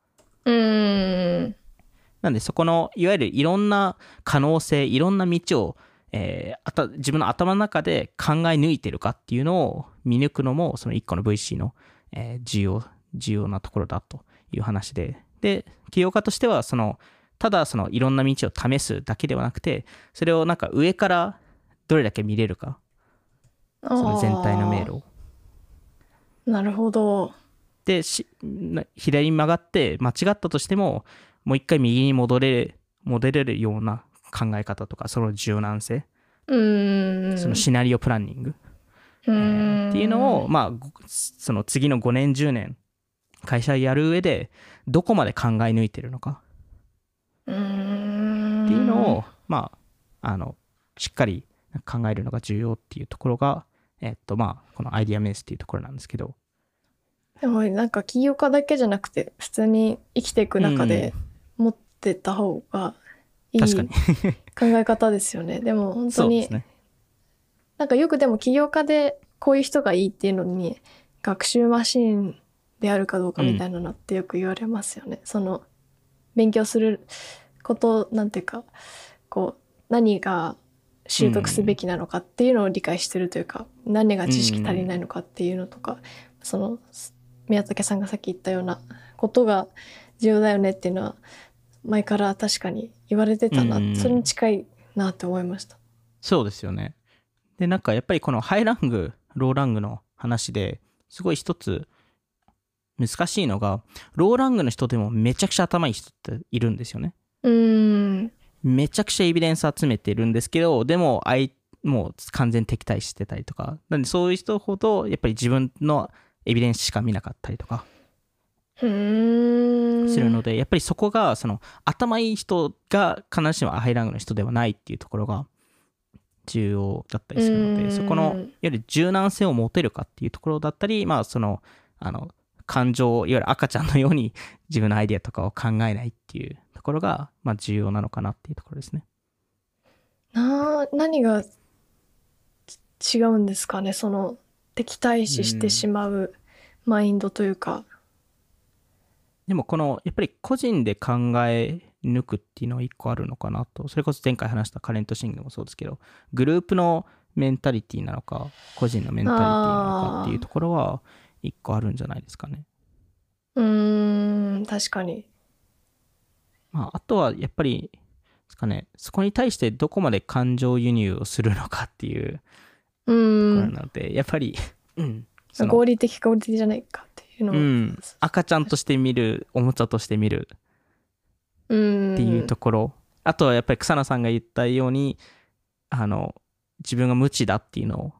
なんでそこのいわゆるいろんな可能性、いろんな道を、自分の頭の中で考え抜いてるかっていうのを見抜くのもその一個の VC の、重要なところだという話で、起業家としてはただそのいろんな道を試すだけではなくて、それをなんか上からどれだけ見れるか、その全体の迷路を。 なるほど。 で左に曲がって間違ったとしてももう一回右に戻れるような考え方とか、その柔軟性、そのシナリオプランニング、っていうのを、まあ、その次の5年10年会社やる上でどこまで考え抜いてるのかっていうのを、まあ、しっかり考えるのが重要っていうところが、まあ、このアイディアメイスっていうところなんですけど。 でもなんか起業家だけじゃなくて普通に生きていく中で持ってた方がいい考え方ですよね。でも本当に、なんかよくでも起業家でこういう人がいいっていうのに学習マシーンであるかどうかみたいなのってよく言われますよね。その勉強することなんていうか、こう何が習得すべきなのかっていうのを理解してるというか、何が知識足りないのかっていうのとか、その宮武さんがさっき言ったようなことが重要だよねっていうのは前から確かに言われてたな、それに近いなって思いました。 そうですよね。でなんかやっぱりこのハイラングローラングの話ですごい一つ難しいのが、ローラングの人でもめちゃくちゃ頭いい人っているんですよね。めちゃくちゃエビデンス集めてるんですけど、でももう完全敵対してたりとか、なんでそういう人ほどやっぱり自分のエビデンスしか見なかったりとかするので、やっぱりそこがその頭いい人が必ずしもハイラングの人ではないっていうところが重要だったりするので、そこのいわゆる柔軟性を持てるかっていうところだったり、まあその感情、いわゆる赤ちゃんのように自分のアイデアとかを考えないっていうところが、まあ、重要なのかなっていうところですね。 何が違うんですかね、その敵対視してしまうマインドというか。 でもこのやっぱり個人で考え抜くっていうのは一個あるのかなと。それこそ前回話したカレントシングもそうですけど、グループのメンタリティなのか個人のメンタリティなのかっていうところは一個あるんじゃないですかね。 確かに。 まあ、あとはやっぱりですかね、そこに対してどこまで感情輸入をするのかっていうところなので、やっぱり、 合理的か合理的じゃないかっていうのを、 赤ちゃんとして見る、おもちゃとして見るっていうところ、あとはやっぱり草野さんが言ったように自分が無知だっていうの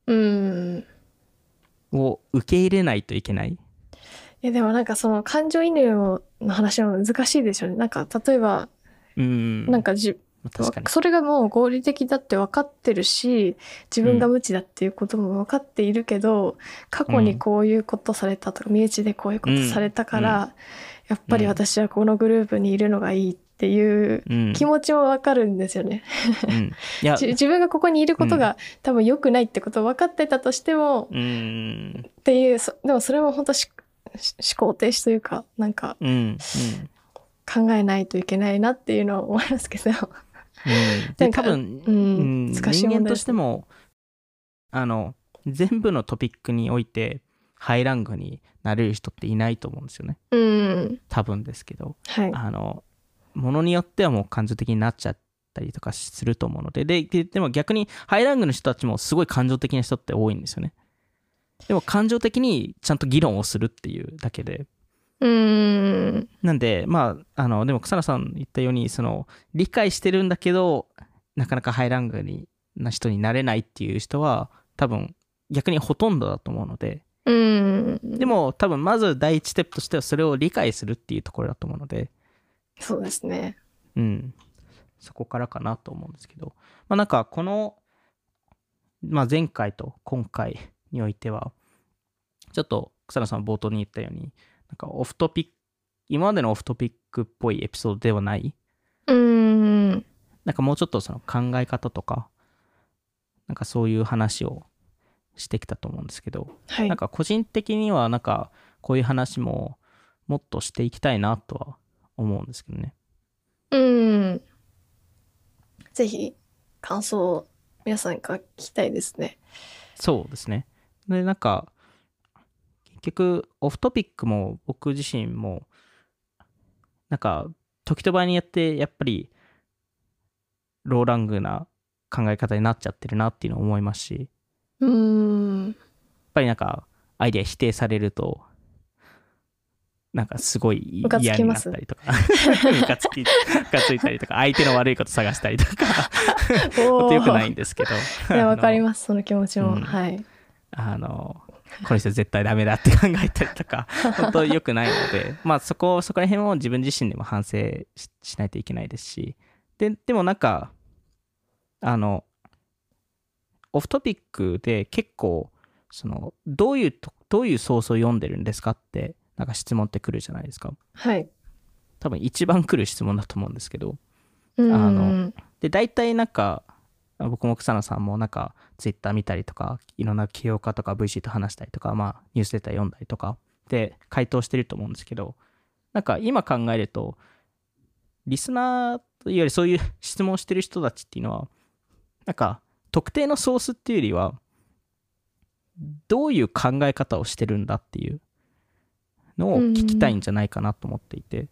を受け入れないといけない。いやでもなんかその感情移入の話は難しいですよね。なんか例えばなんかそれがもう合理的だって分かってるし、自分が無知だっていうことも分かっているけど、過去にこういうことされたとか、身内でこういうことされたから、やっぱり私はこのグループにいるのがいいっていう気持ちも分かるんですよね。自分がここにいることが多分良くないってことを分かってたとしても、っていう、でもそれも本当思考停止というか、なんか、考えないといけないなっていうのは思いますけど、 で多分、人間としても全部のトピックにおいてハイラングになれる人っていないと思うんですよね、多分ですけど、ものによってはもう感情的になっちゃったりとかすると思うので、でも逆にハイラングの人たちもすごい感情的な人って多いんですよね。でも感情的にちゃんと議論をするっていうだけで、なんでまあでも草野さん言ったように理解してるんだけどなかなかハイラングな人になれないっていう人は多分逆にほとんどだと思うので、でも多分まず第一ステップとしてはそれを理解するっていうところだと思うので、 そうですね、 そこからかなと思うんですけど、まあなんかこの、前回と今回においてはちょっと草野さん冒頭に言ったようになんかオフトピック、今までのオフトピックっぽいエピソードではない。なんかもうちょっとその考え方とか、なんかそういう話をしてきたと思うんですけど、なんか個人的にはなんかこういう話ももっとしていきたいなとは思うんですけどね。 ぜひ感想を皆さんから聞きたいですね。 そうですね。で、なんか結局オフトピックも僕自身もなんか時と場合によってやっぱりローラングな考え方になっちゃってるなっていうのを思いますし、やっぱりなんかアイデア否定されるとなんかすごい嫌になったりとかムカついたりとか相手の悪いこと探したりとかよくないんですけど、 いやわかります、その気持ちも、 この人絶対ダメだって考えたりとか本当良くないので、まあそこら辺を自分自身でも反省 しないといけないですし、でもなんかオフトピックで結構どういうソースを読んでるんですかってなんか質問ってくるじゃないですか。多分一番来る質問だと思うんですけど、で大体なんか僕も草野さんもなんかツイッター見たりとかいろんな起業家とか VC と話したりとか、まあニュースレター読んだりとかで回答してると思うんですけど、なんか今考えるとリスナーいわゆるそういう質問してる人たちっていうのはなんか特定のソースっていうよりはどういう考え方をしてるんだっていうのを聞きたいんじゃないかなと思っていて、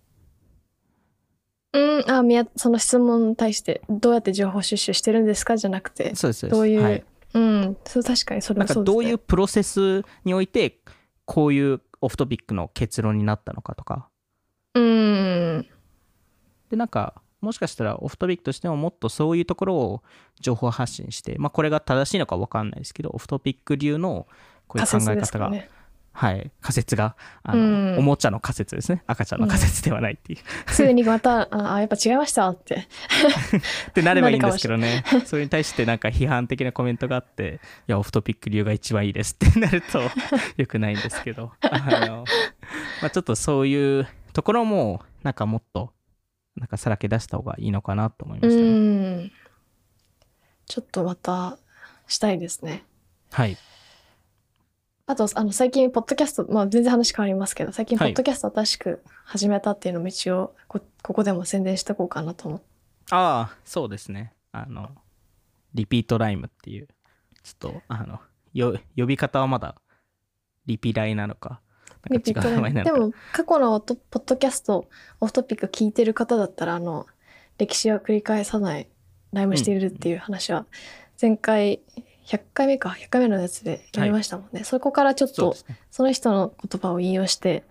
その質問に対してどうやって情報収集してるんですかじゃなくて、 そうですどういう、 はい、 そう確かにそれもそうですね。 なんかどういうプロセスにおいてこういうオフトピックの結論になったのかとか、でなんかもしかしたらオフトピックとしてももっとそういうところを情報発信して、まあこれが正しいのか分かんないですけど、オフトピック流のこういう考え方が、はい、仮説がおもちゃの仮説ですね、赤ちゃんの仮説ではないっていう、 すぐにまたやっぱ違いましたってってなればいいんですけどね。それに対してなんか批判的なコメントがあって、いやオフトピック流が一番いいですってなるとよくないんですけどまあちょっとそういうところもなんかもっとなんかさらけ出した方がいいのかなと思いましたね。 ちょっとまたしたいですね。 はい。 あと最近ポッドキャスト、まあ全然話変わりますけど、最近ポッドキャスト新しく始めたっていうのも一応ここでも宣伝しとこうかなと思って。 ああ、そうですね。リピートライムっていう、ちょっと呼び方はまだリピライなのか、なんか違う名前なのか。 でも過去のポッドキャストオフトピック聞いてる方だったら歴史は繰り返さないライムしているっていう話は前回100回目のやつでやりましたもんね、そこからちょっとその人の言葉を引用して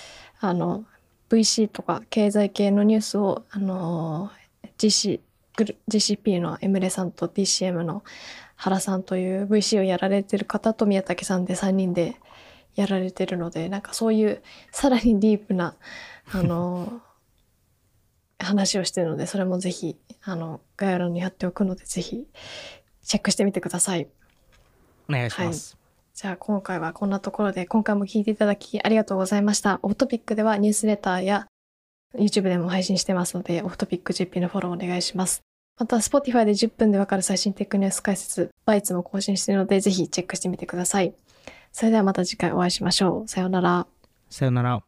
VC とか経済系のニュースをGCP のエムレさんと DCM の原さんという VC をやられてる方と宮武さんで3人でやられてるので、なんかそういうさらにディープな話をしてるので、それもぜひ概要欄に貼っておくのでぜひチェックしてみてください。 お願いします。 じゃあ今回はこんなところで、今回も聞いていただきありがとうございました。オフトピックではニュースレターや YouTube でも配信してますので、オフトピック GP のフォローお願いします。また Spotify で10分でわかる最新テックニュース解説、バイツも更新しているのでぜひチェックしてみてください。それではまた次回お会いしましょう。さようなら。 さようなら。